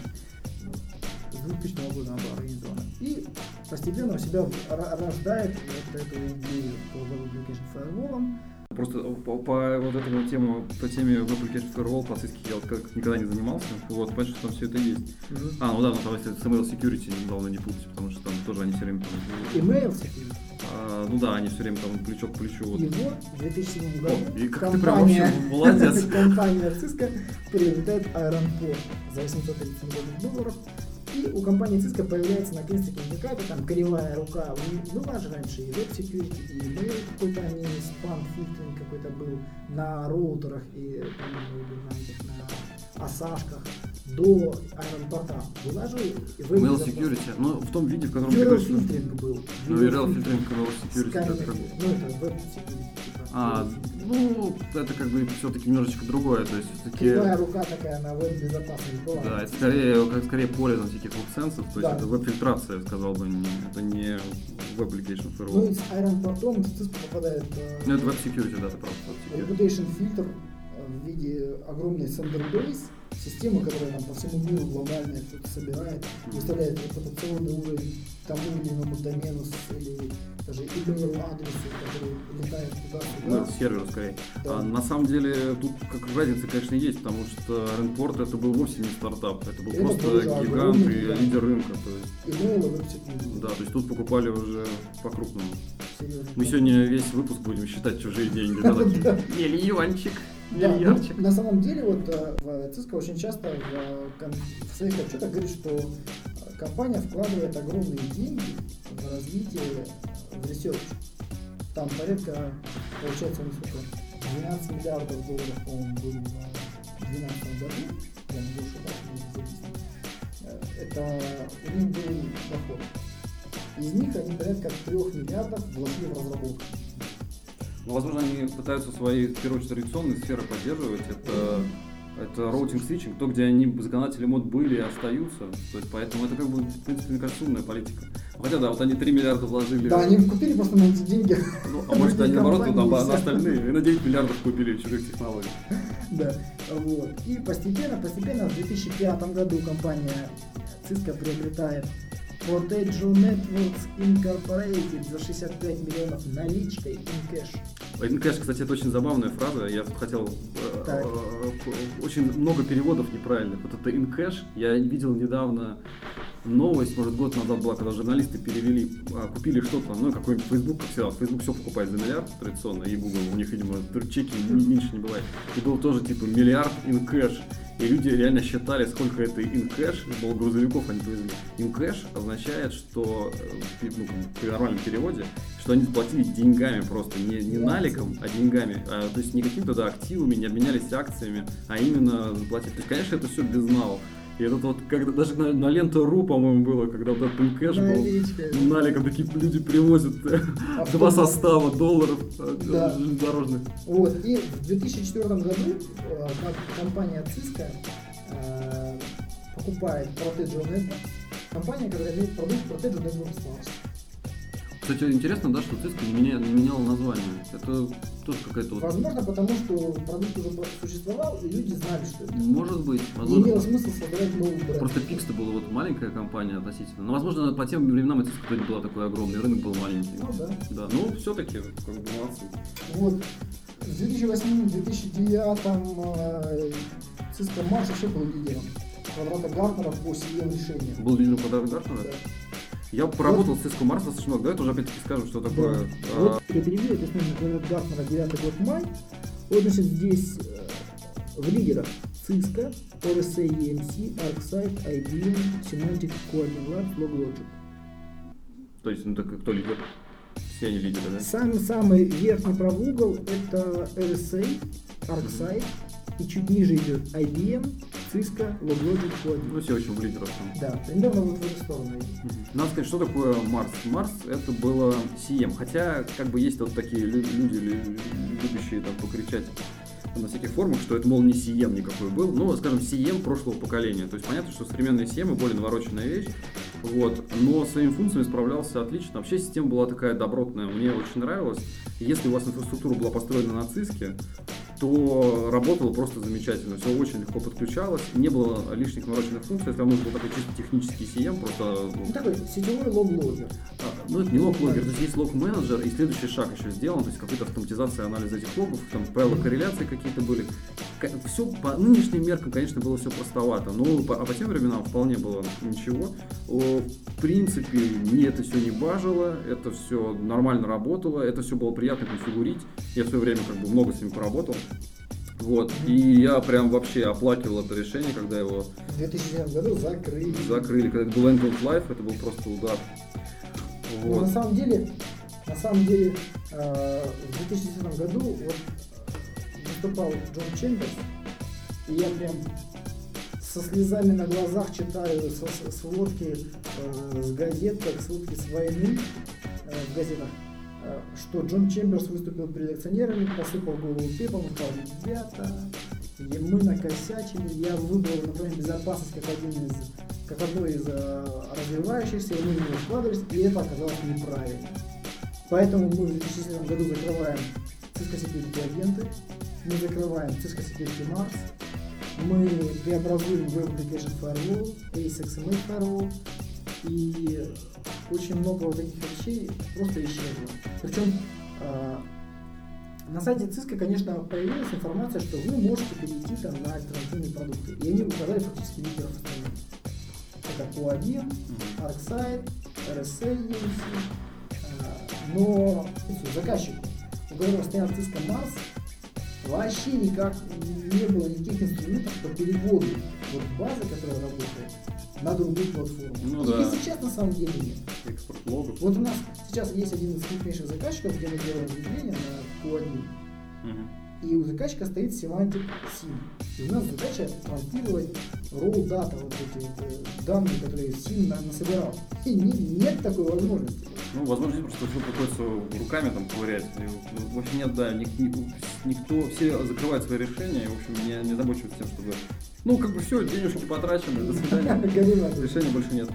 С двухтысячного года она была организована. И постепенно у себя рождает вот эту идею по Web Application Firewall. Просто по, по вот этому тему, по теме Web Application Firewall, по ЦИСКе я вот как никогда не занимался, вот, понимаешь, что там все это есть. Mm-hmm. А, ну да, ну там если с Email Security недавно не путать, потому что там тоже они все время там... Email Security? А, ну да, они все время там плечо к плечу. Вот. И вот в две тысячи седьмом году О, и как ты прям вообще молодец. Компания Cisco приобретает IronPort за восемьсот тридцать миллионов долларов. И у компании Cisco появляется наконец-таки не какая-то там кривая рука. Была же раньше и Web Security, и email какой-то, они спам-фильтринг какой-то был на роутерах и на этих, на осашках до IronPort. Была же Email Security, но в том виде, в котором U R L фильтринг был. Ну, U R L фильтринг, Email Security. Это как... Ну, это Web Security. А, ну, это как бы все-таки немножечко другое, то есть все-таки... Кривая рука такая на веб-безопасность была. Да, это скорее, как, скорее поле там всяких веб-сенсов, то да. есть это веб-фильтрация, я сказал бы, не, это не Web Application Firewall. Ну и с IronPort в Cisco попадает... Ну, это Web Security, да, ты прав. Reputation фильтр в виде огромной Thunderbase, системы, которая там по всему миру глобально что-то собирает, выставляет репутационный уровень тому или иному домену или даже email адресу, который летает туда-сюда. Ну, серверу скорее. Да. А, на самом деле тут как разница, конечно, есть, потому что IronPort это был вовсе не стартап, это был это просто был гигант и гигант. Лидер рынка. То есть, Email и веб-секьюрити. да, то есть тут покупали уже по-крупному. Серьезно. Мы сегодня весь выпуск будем считать чужие деньги. Миллиончик. Да, ну, на самом деле вот в Cisco очень часто в, в своих отчетах говорит, что компания вкладывает огромные деньги в развитие, в research. Там порядка, получается, у них сколько, двенадцать миллиардов долларов, по-моему, было в две тысячи двенадцатом году, я не больше так, это у них был доход. Из них они порядка трех миллиардов вложили в разработку. Ну, возможно, они пытаются свои, в первую очередь, традиционные сферы поддерживать. Это, это роутинг свитчинг, то, где они законодатели мод были и остаются. То есть, поэтому это, как бы, в принципе, мне кажется, умная политика. Хотя, да, вот они три миллиарда вложили. Да, они купили просто на эти деньги. Ну, а может, они, наоборот, там, на остальные. И на девять миллиардов купили чужих технологий. Да, вот. И постепенно, постепенно в две тысячи пятом году компания Cisco приобретает Protego Networks Incorporated за шестьдесят пять миллионов наличкой in-cash. In-cash, кстати, это очень забавная фраза. Я тут хотел... Э, очень много переводов неправильных. Вот это in-cash. Я видел недавно новость, может, год назад была, когда журналисты перевели, купили что-то, ну, какой-нибудь Facebook, как всегда. Facebook все покупает за миллиард традиционно, и Google, у них, видимо, чеки меньше не бывает. И был тоже, типа, миллиард in-cash. И люди реально считали, сколько это in-cash, было грузовиков они повезли. In-cash означает, что, ну, при нормальном переводе, что они заплатили деньгами просто, не, не наликом, а деньгами. А, то есть не какими-то, да, активами, не обменялись акциями, а именно заплатили. То есть, конечно, это все без нала. И это вот, когда даже на, на ленту.ру, по-моему, было, когда вот этот in-cash был, наликом такие люди привозят Автобус. Два состава долларов да. железнодорожных. Вот, и в две тысячи четвёртом году компания Cisco э, покупает Protego Networks, компания, которая имеет продукт Protego Networks Labs. Кстати, интересно, да, что Cisco не, меня, не меняла название. Это тоже какая-то... Возможно, вот... потому что продукт уже существовал, и люди знали, что это. Может быть. Возможно, не имело смысла создавать новый бренд. Просто Pix-то была вот маленькая компания относительно. Но, возможно, по тем временам это Cisco не была такой огромный, рынок был маленький. Ну да. Да, ну все-таки, как бы, молодцы. Вот. В две тысячи восьмом - две тысячи девятом э, Cisco Mars вообще был лидером квадрата Гартнера по си и эм решениям. Был лидером квадрата Гартнера? Да. Я поработал вот. С Cisco Mars достаточно много, давай тоже опять-таки скажем, что такое... Да. А... Вот я переведу, это основной квадрат Гартнера, девятый год май. Вот, значит, здесь э, в лидерах Cisco, эр эс эй и эм си, ArcSight, ай би эм, Symantec, Coordinate Labs, LogLogic. То есть, ну так кто лидер? все они лидеры, да? Самый-самый верхний правый угол это эр эс эй, ArcSight, mm-hmm. и чуть ниже идет ай би эм, Cisco, LogLogic, Q один. Ну, все очень в лидерах там. Да, примерно вот в эту сторону идет. Mm-hmm. Надо сказать, что такое Mars. Mars это было си эм, хотя как бы есть вот такие люди, любящие там покричать на всяких форумах, что это, мол, не си эм никакой был, но, скажем, си эм прошлого поколения. То есть понятно, что современные си эм более навороченная вещь, вот, но своими функциями справлялся отлично. Вообще система была такая добротная, мне очень нравилось. Если у вас инфраструктура была построена на Циске, то работало просто замечательно, все очень легко подключалось, не было лишних навороченных функций, это нужен был такой чисто технический си эм, просто... Ну, такой сетевой лог-логер. А, ну, это не лог-логер, то есть есть лог-менеджер, и следующий шаг еще сделан, то есть какая-то автоматизация анализа этих логов, там правила корреляции какие-то были. Все по нынешним меркам, конечно, было все простовато, но по, а по тем временам вполне было ничего. В принципе, мне это все не бажило, это все нормально работало, это все было приятно конфигурить. Я в свое время как бы много с ним поработал. Вот. Mm-hmm. И я прям вообще оплакивал это решение, когда его в две тысячи девятом году закрыли. Закрыли. Когда это был End of Life, это был просто удар. Вот. На самом деле, на самом деле, э, в две тысячи десятом году вот, выступал Джон Чемберс, и я прям со слезами на глазах читаю со, сводки э, с газет, как сводки с войны э, в газетах, э, что Джон Чемберс выступил перед акционерами, посыпал голову пеплом, сказал: ребята, мы накосячили, я выбрал направление безопасности как один из, как одно из э, развивающихся, и мы в него вкладывались, и это оказалось неправильно. Поэтому мы в две тысячи десятом году закрываем Cisco Security агенты, мы закрываем Cisco Security Mars, мы преобразуем Web Application Firewall, эй эс икс эм эй Firewall, и очень много вот таких вещей просто исчезло. Причем э, на сайте Cisco, конечно, появилась информация, что вы можете перейти там на альтернативные продукты, и они указали фактически лидеров в стране. Это Q один, ArcSight, эр эс эй, и эм си, э, но заказчику, у которого стоял Cisco Mars, вообще никак не было никаких инструментов по переводу вот базы, которая работает, на другую платформу. Ну, и да. сейчас на самом деле нет. Экспорт логов. Вот у нас сейчас есть один из крупнейших заказчиков, где мы делаем внедрение на Q один. Угу. И у заказчика стоит Semantic сим. И у нас задача транслировать raw data, вот эти вот данные, которые сим на, насобирал. И не, нет такой возможности. Ну, возможно, просто все приходится руками там ковырять. И, ну, в общем, нет, да, ник, ник, никто, все закрывают свои решения, и, в общем, не, не озабочиваются тем, чтобы... Ну, как бы все, денежки потрачены, до свидания. Решения больше нет.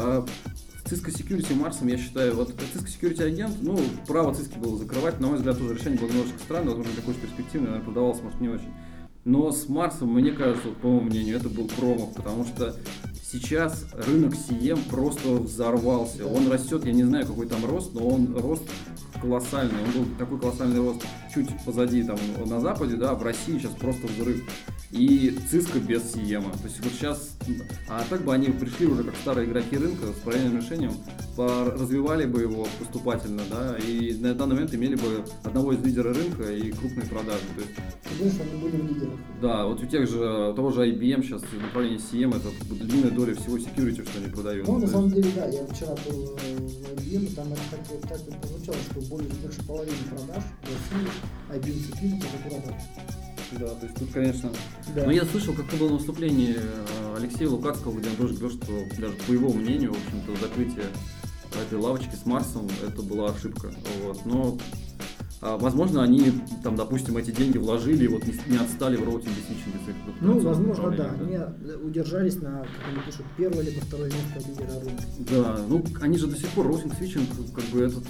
Cisco Security Mars, я считаю, вот Cisco Security агент, ну, право Cisco было закрывать, на мой взгляд, тоже решение было немножко странное, возможно, такое перспективное, наверное, продавалось, может, не очень. Но с Марсом, мне кажется, вот, по моему мнению, это был промах, потому что сейчас рынок си эм просто взорвался. Он растет, я не знаю, какой там рост, но он рост колоссальный. Он был такой колоссальный рост чуть позади, там, на Западе, да, в России сейчас просто взрыв. И Cisco без си эм. То есть вот сейчас, а так бы они пришли уже как старые игроки рынка с правильным решением, развивали бы его поступательно, да, и на данный момент имели бы одного из лидеров рынка и крупные продажи. То есть, ты думаешь, они были в лидерах? Да, вот у тех же, у того же ай би эм сейчас направление си эм это длинная доля всего security, что они продают. Ну, на самом деле, да, я вчера был в ай би эм, и там это так, так и прозвучало, что более, больше половины продаж в России ай би эм Security это продаж. Да, то есть тут, конечно... Да. Но я слышал, как-то было на выступлении Алексея Лукацкого, где он тоже говорил, что даже по его мнению, в общем-то, закрытие этой лавочки с Марсом, это была ошибка. Вот. Но, возможно, они, там, допустим, эти деньги вложили и вот не, не отстали в роутинге свитчинге. Ну, возможно, да. да. Они удержались на, как они пишут, первое либо второе место лидера рынка. Да, ну, они же до сих пор, роутинг свитчинг, как бы этот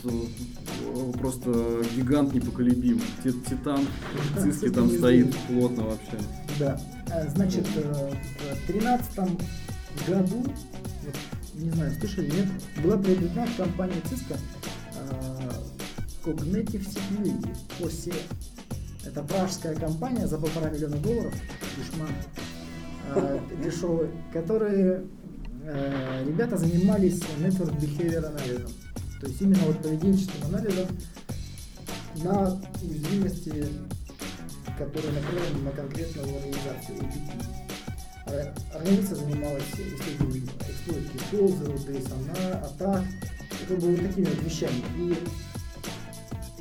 просто гигант непоколебим. Титан в Циске там стоит плотно вообще. Да. Значит, в две тысячи тринадцатом году, вот, не знаю, слышали, нет, была приобретена компания Cisco Cognitive Security, о си и. Это пражская компания за полтора миллиона долларов, дешман, э, дешевый, которые э, ребята занимались Network Behavior анализом. То есть именно вот поведенческим анализом на уязвимости, которые направлены на конкретную организацию эй пи ти. Организация занималась исследованием эксплойт китов, zero days атак, это было вот такими вот вещами. И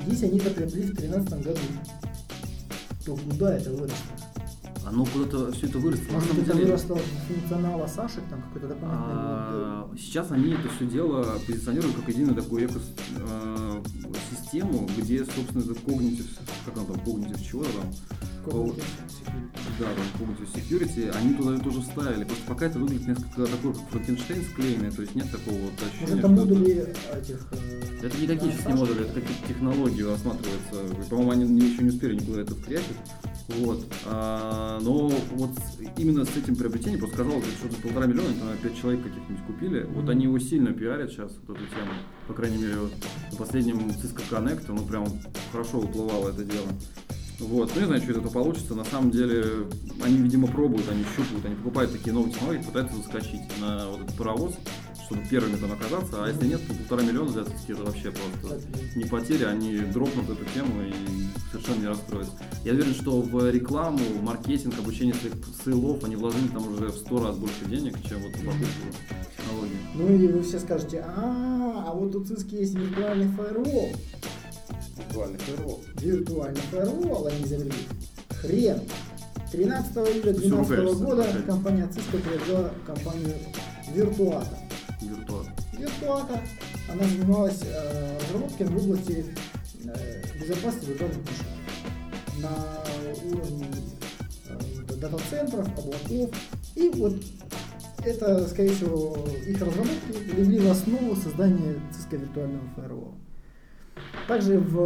Если они это приобрели в две тысячи тринадцатом году, то куда это выросло? Оно куда-то все это выросло. Может быть, это выросло функционала Сашек, там какой-то дополнительный. А, сейчас они это все дело позиционируют как единую такую экосистему, где, собственно, это когнитив, как он там, когнитив чего там? Cognitive Да, там Cognitive Security, они туда тоже вставили. Просто пока это выглядит несколько такой, как Франкенштейн склеенный, то есть нет такого вот ощущения. Может, это модули этих... Э, это не тактические модули, это какие-то технологии рассматриваются. По-моему, они еще не успели никуда это вкрячить. Вот. А, но вот именно с этим приобретением, просто казалось, что за полтора миллиона, там пять человек каких-нибудь купили, mm-hmm. вот они его сильно пиарят сейчас, вот эту тему. По крайней мере, вот, на последнем Cisco Connect, ну прям хорошо выплывало это дело. Вот, ну не знаю, что это получится, на самом деле они, видимо, пробуют, они щупают, они покупают такие новые технологии, пытаются заскочить на вот этот паровоз, чтобы первыми там оказаться, а если нет, то полтора миллиона для Cisco это вообще просто не потеря, они дропнут эту тему и совершенно не расстроятся. Я уверен, что в рекламу, маркетинг, обучение своих сейлов они вложили там уже в сто раз больше денег, чем вот в покупку технологий. Ну и вы все скажете, а, а вот у Cisco есть виртуальный фаервол. Виртуальный фаервол. Виртуальный фаервол они изобрели. Хрен. тринадцатого июля две тысячи двенадцатого года компания Cisco приобрела компанию Virtuata. Virtuata. Virtuata. Она занималась э, разработкой в области э, безопасности виртуальных машин на уровне э, дата-центров, облаков. И вот это, скорее всего, их разработки легли в основу создания Cisco виртуального фаервола. Также в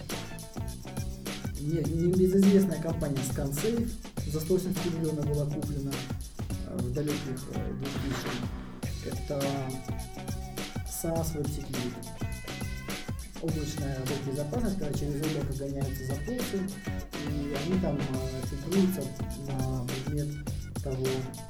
небезызвестная компания ScanSafe за сто восемьдесят миллионов была куплена в далеких двухтысячных. Это SaaS Web Security. Облачная веб-безопасность, когда через облако гоняются запросы, и они там фильтруются на предмет того,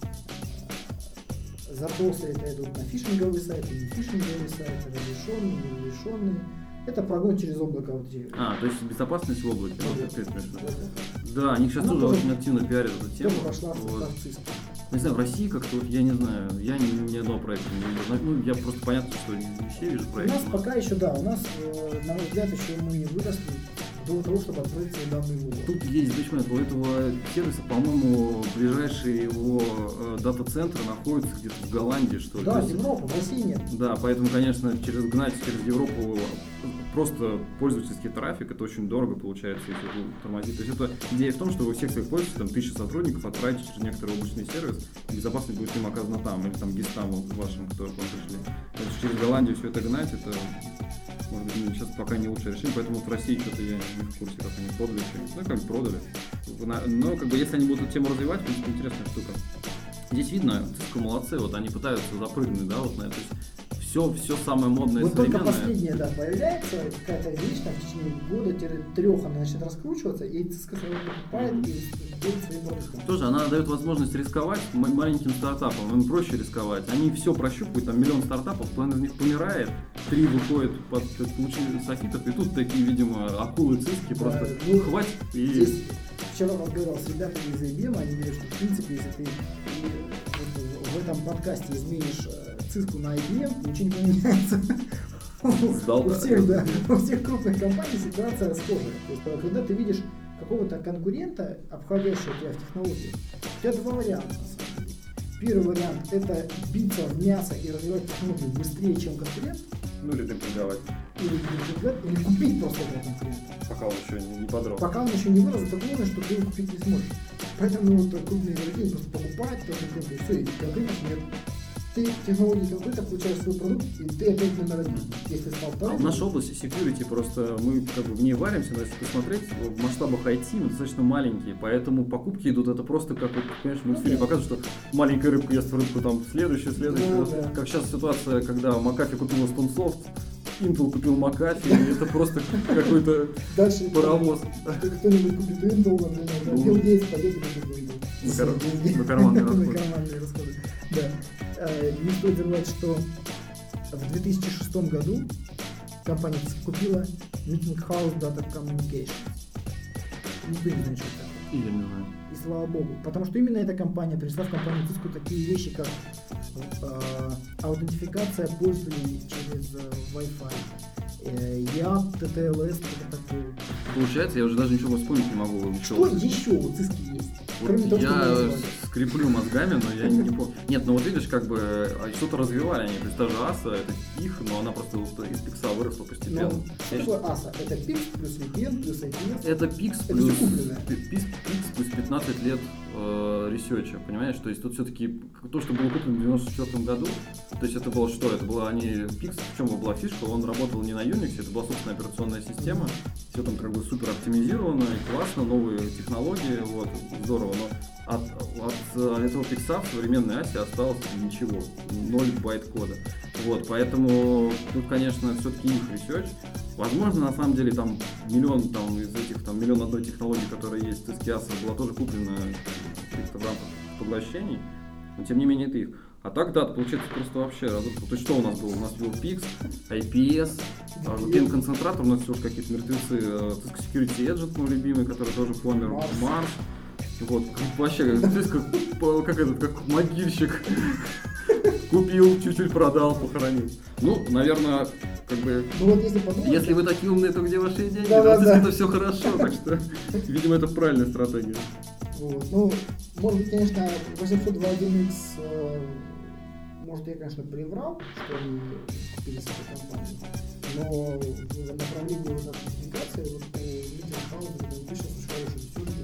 запросы это идут на фишинговый сайт, или не фишинговый сайт, разрешенные, не разрешенные. Это прогон через облако. Вот эти... А, то есть безопасность в облаке. Да, вот, да, да, да. Да, они сейчас тоже, тоже очень активно пиарят эту тему. Тоже пошла в вот. Не знаю, в России как-то, вот, я не знаю, я ни, ни одного проекта не вижу. Ну, я просто понятно, что не все вижу проекты. У нас пока еще, да, у нас, на мой взгляд, еще мы не выросли до того, чтобы открыть свои данные в облако. Тут есть, значит, у этого сервиса, по-моему, ближайший его э, дата-центр находится где-то в Голландии, что ли. Да, в Европу, в России нет. Да, поэтому, конечно, через гнать через Европу просто пользовательский трафик, это очень дорого получается, если это тормозит. То есть это идея в том, что вы всех своих пользователей, там, тысячи сотрудников отправите через некоторый облачный сервис, безопасность будет им оказана там, или там гестам вашим, которые к вам пришли. То есть через Голландию все это гнать, это, может быть, сейчас пока не лучшее решение, поэтому в России что-то я не в курсе, как они продали, ну, как продали. Но, как бы, если они будут эту тему развивать, в принципе, интересная штука. Здесь видно, Cisco молодцы, вот они пытаются запрыгнуть, да, вот на это. Все, все самое модное, вот современное. Вот только последняя, да, появляется какая-то вещь, там в течение года-трех она начнет раскручиваться, и Cisco сразу покупает и делает свои продукты. Тоже она дает возможность рисковать маленьким стартапам, им проще рисковать. Они все прощупывают, там миллион стартапов, половина из них помирает, три выходят под получение софитов, и тут такие, видимо, акулы Cisco просто да, ну, хватит и... Здесь вчера разговаривал с ребятами из ай би эм, они говорят, что в принципе, если ты в этом подкасте изменишь Cisco на ай би эм, ничего не поменяется. Сдал, у да, всех, да, у всех крупных компаний ситуация схожая. То есть, когда ты видишь какого-то конкурента, обходящего тебя в технологии, у тебя два варианта, на самом деле. Первый вариант – это биться в мясо и развивать технологию быстрее, чем конкурент. Ну или демпинговать. Или демпинговать, или купить просто этого конкурента. Пока он еще не, не подрос. Пока он еще не вырос до такого уровня, что ты его купить не сможешь. Поэтому вот крупные игроки просто покупают этого конкурента, и все, и конкурентов нет. Ты технологии конкурента получаешь свой продукт, и ты опять номер один. Если стал вторым. В нашей области security просто мы как бы в ней варимся, но если посмотреть, в масштабах ай ти мы достаточно маленькие, поэтому покупки идут, это просто как вот, понимаешь, в мультфильме ну, да. показывают, что маленькая рыбка ест рыбку, там следующая, следующая. Да, да. Как сейчас ситуация, когда McAfee купила Stonesoft, Intel купил McAfee, и это просто какой-то паровоз. Кто-нибудь купит Intel, например, Билл Гейтс пойдет и купит Intel. На карманные расходы. карманные расходы. Да. Не стоит забывать, что в две тысячи шестом году компания купила Meeting House Data Communications. Никто не знает, что это такое. И я не знаю. И слава богу. Потому что именно эта компания принесла в компанию Cisco такие вещи, как э, аутентификация пользователей через э, Wi-Fi, Я, ти ти эл эс, это такое. Получается, я уже даже ничего вспомнить не могу. Что еще у Cisco есть? Вот того, я скреплю мозгами, но я не помню. Нет, ну вот видишь, как бы что-то развивали они. То есть та же аса, это их, но она просто вот из пикса выросла постепенно. Но, что такое аса? Это пикс плюс ви пи эн плюс ай пи эс? Это пикс плюс, пикс плюс пятнадцать лет э, ресерча, понимаешь? То есть тут все-таки то, что было куплено в девяносто четвёртом году, то есть это было что? Это было они пикс, в чем была фишка? Он работал не на Unix, это была собственная операционная система, все там как бы супер оптимизировано и классно, новые технологии, вот, здорово, но от, от этого пикса в современной асе осталось ничего, ноль байт кода. Вот, поэтому тут, конечно, все-таки их research. Возможно, на самом деле, там миллион там, из этих, там, миллион одной технологий, которые есть в Cisco аса, была тоже куплена в рамках поглощений, но тем не менее это их. А так, да, получается просто вообще разрушил. То есть что у нас было? У нас был пикс, ай пи эс, ви пи эн-концентратор, у нас все уже какие-то мертвецы, Cisco Security Agent, мой любимый, который тоже помер, Марс. Вот, вообще, Cisco, как этот, как могильщик. Купил, чуть-чуть продал, похоронил. Ну, наверное, как бы, ну, вот если, подумать, если вы такие умные, то где ваши деньги? Да, да, да, да. Это все хорошо, так что, видимо, это правильная стратегия. Вот. Ну, может быть, конечно, восемьсот два один икс, э, может, я, конечно, приврал, что они купили с этой компанией, но в направлении вот автентификации, вот по Meeting House, он пишет очень хорошие ресурсы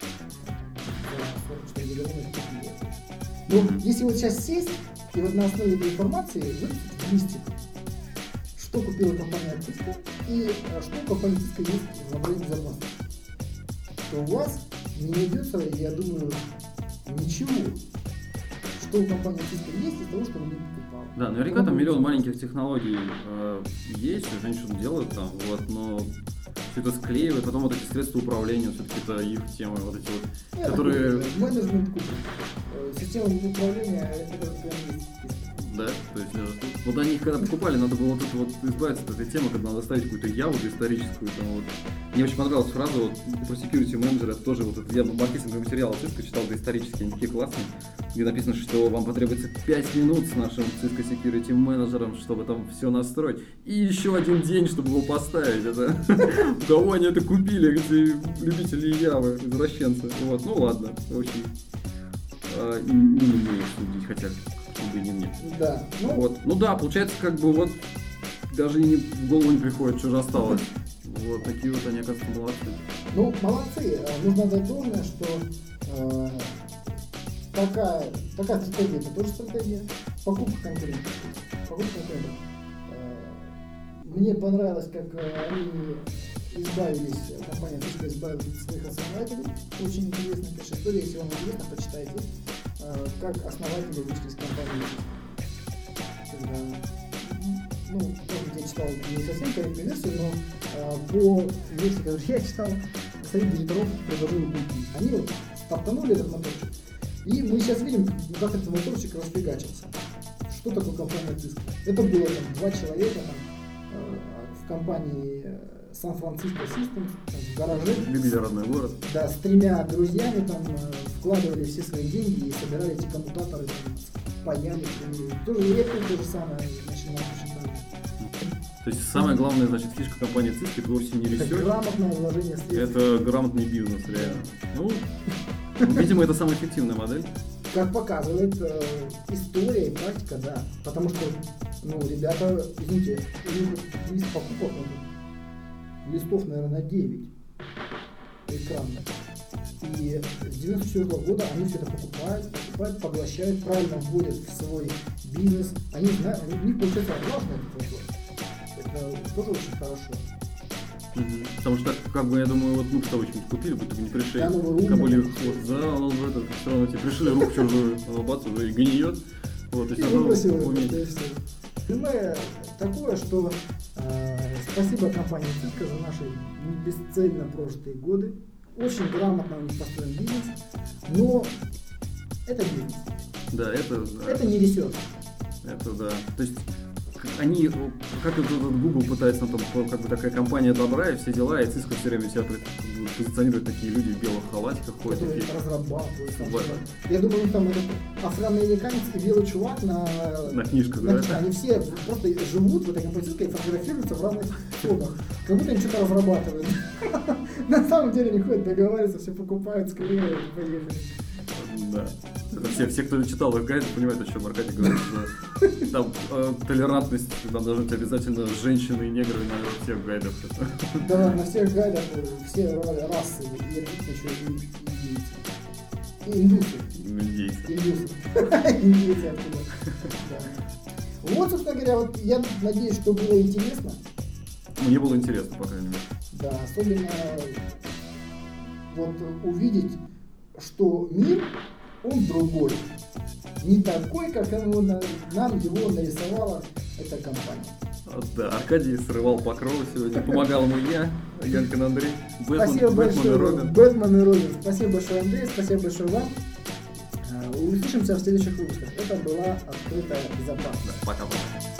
за сорок четыре миллиона купили. Ну, если вот сейчас сесть и вот на основе этой информации выписать в листик, что купила компания Cisco и а, что у компании Cisco есть в наборе безопасности, то у вас не найдется, я думаю, ничего, что у компании Cisco есть из того, что вы не покупали. Да, наверняка там миллион маленьких технологий э, есть, уже они что-то делают там, вот, но все это склеивают, потом вот эти средства управления, все-таки это их темы, вот эти вот, я которые... Менеджмент купит. Система управления, это прям есть. Да, то есть даже тут. Вот они их когда покупали, надо было вот это вот избавиться от этой темы, когда надо ставить какую-то яву историческую. Там, вот. Мне очень понравилась фраза вот про security manager, это тоже вот это я маркетинговый материал Cisco читал, да, исторические, они такие классные, где написано, что вам потребуется пять минут с нашим Cisco security менеджером, чтобы там все настроить, и еще один день, чтобы его поставить. Это у кого они это купили, эти любители явы, извращенцы. Вот, ну ладно, в общем, не мне судить, хотя бы не мне. Да. Ну, вот. Ну да, получается, как бы вот даже и в голову не приходит, что же осталось. Вот такие вот они, оказывается, молодцы. Ну, молодцы. Нужно отдать должное, что э, такая, такая стратегия, это тоже стратегия. Покупка конкурентов. Покупка конкурентов. Э, мне понравилось, как они избавились, компания Cisco избавилась от своих основателей. Очень интересная, конечно, история. Если вам интересно, почитайте, э, как основатели вышли из компании. Когда, ну, может быть, я читал не совсем корректную версию, но э, по версии, которую я читал, совет директоров предложил уйти. Они вот стартанули этот моторчик, и мы сейчас видим, как этот моторчик расфигачился. Что такое компания Cisco? Это было там два человека там, э, в компании э, Сан-Франциско Systems, там, в гараже. Любили родной город. Да, с тремя друзьями там э, вкладывали все свои деньги и собирали эти коммутаторы там, с паями. Тоже и Apple то же самое начинал точно так же. То есть самая главная, значит, фишка компании Cisco — это вовсе не ресерч. Это грамотное вложение средств. Это грамотный бизнес, реально. Ну, видимо, это самая эффективная модель. Как показывает э, история и практика, да. Потому что, ну, ребята, извините, у них лист покупок, ну, листов, наверное, на девять экранных. И с девяносто четвёртого года они все это покупают, покупают, поглощают, правильно вводят в свой бизнес. Они знают, у них получается отлажено этот вопрос. Это тоже очень хорошо. Угу. Потому что, как бы, я думаю, вот мы с тобой что-нибудь купили, будто бы не пришли. Да, ну вы кобыли умные. хвост. Да, он в этот, все равно тебе пришли руку чужую, оно бац, уже и гниет. Вот, и все равно уметь. Резюме такое, что э, спасибо компании Cisco за наши бесцельно прожитые годы. Очень грамотно у них построен бизнес, но это бизнес. Да, это... Да. Это не ресерч. Это да. То есть они, как это Google пытается, ну, там, как бы такая компания добра и все дела, и Cisco все время себя позиционирует такие люди в белых халатиках ходят. Которые разрабатывают. Там, вот. Я думаю, у них там этот афроамериканец и белый чувак на, на книжках, на, да? Они все просто живут в этой компании Cisco и фотографируются в разных фотах. Как будто они что-то разрабатывают. На самом деле они ходят, договариваются, все покупают, склеивают и поехали. Да. Это все, все, кто читал их гайды, понимают, о чем Аркадий говорит. Да. Там э, толерантность, там должны быть обязательно женщины и негры на всех гайдах. Да, на всех гайдах все расы, и еще и индейцы. И индусы. Индейцы. Индусы. Индейцы оттуда. Вот, собственно говоря, вот я надеюсь, что было интересно. Мне было интересно, по крайней мере. Да, особенно вот увидеть, что мир, он другой. Не такой, как его, нам его нарисовала эта компания. Да, Аркадий срывал покровы сегодня, помогал ему я, Янкин Андрей, Бэтмен, спасибо Бэтмен большое, и Робин. Бэтмен и Робин. Спасибо большое, Андрей, спасибо большое вам. Услышимся в следующих выпусках. Это была открытая безопасность. Да, пока-пока.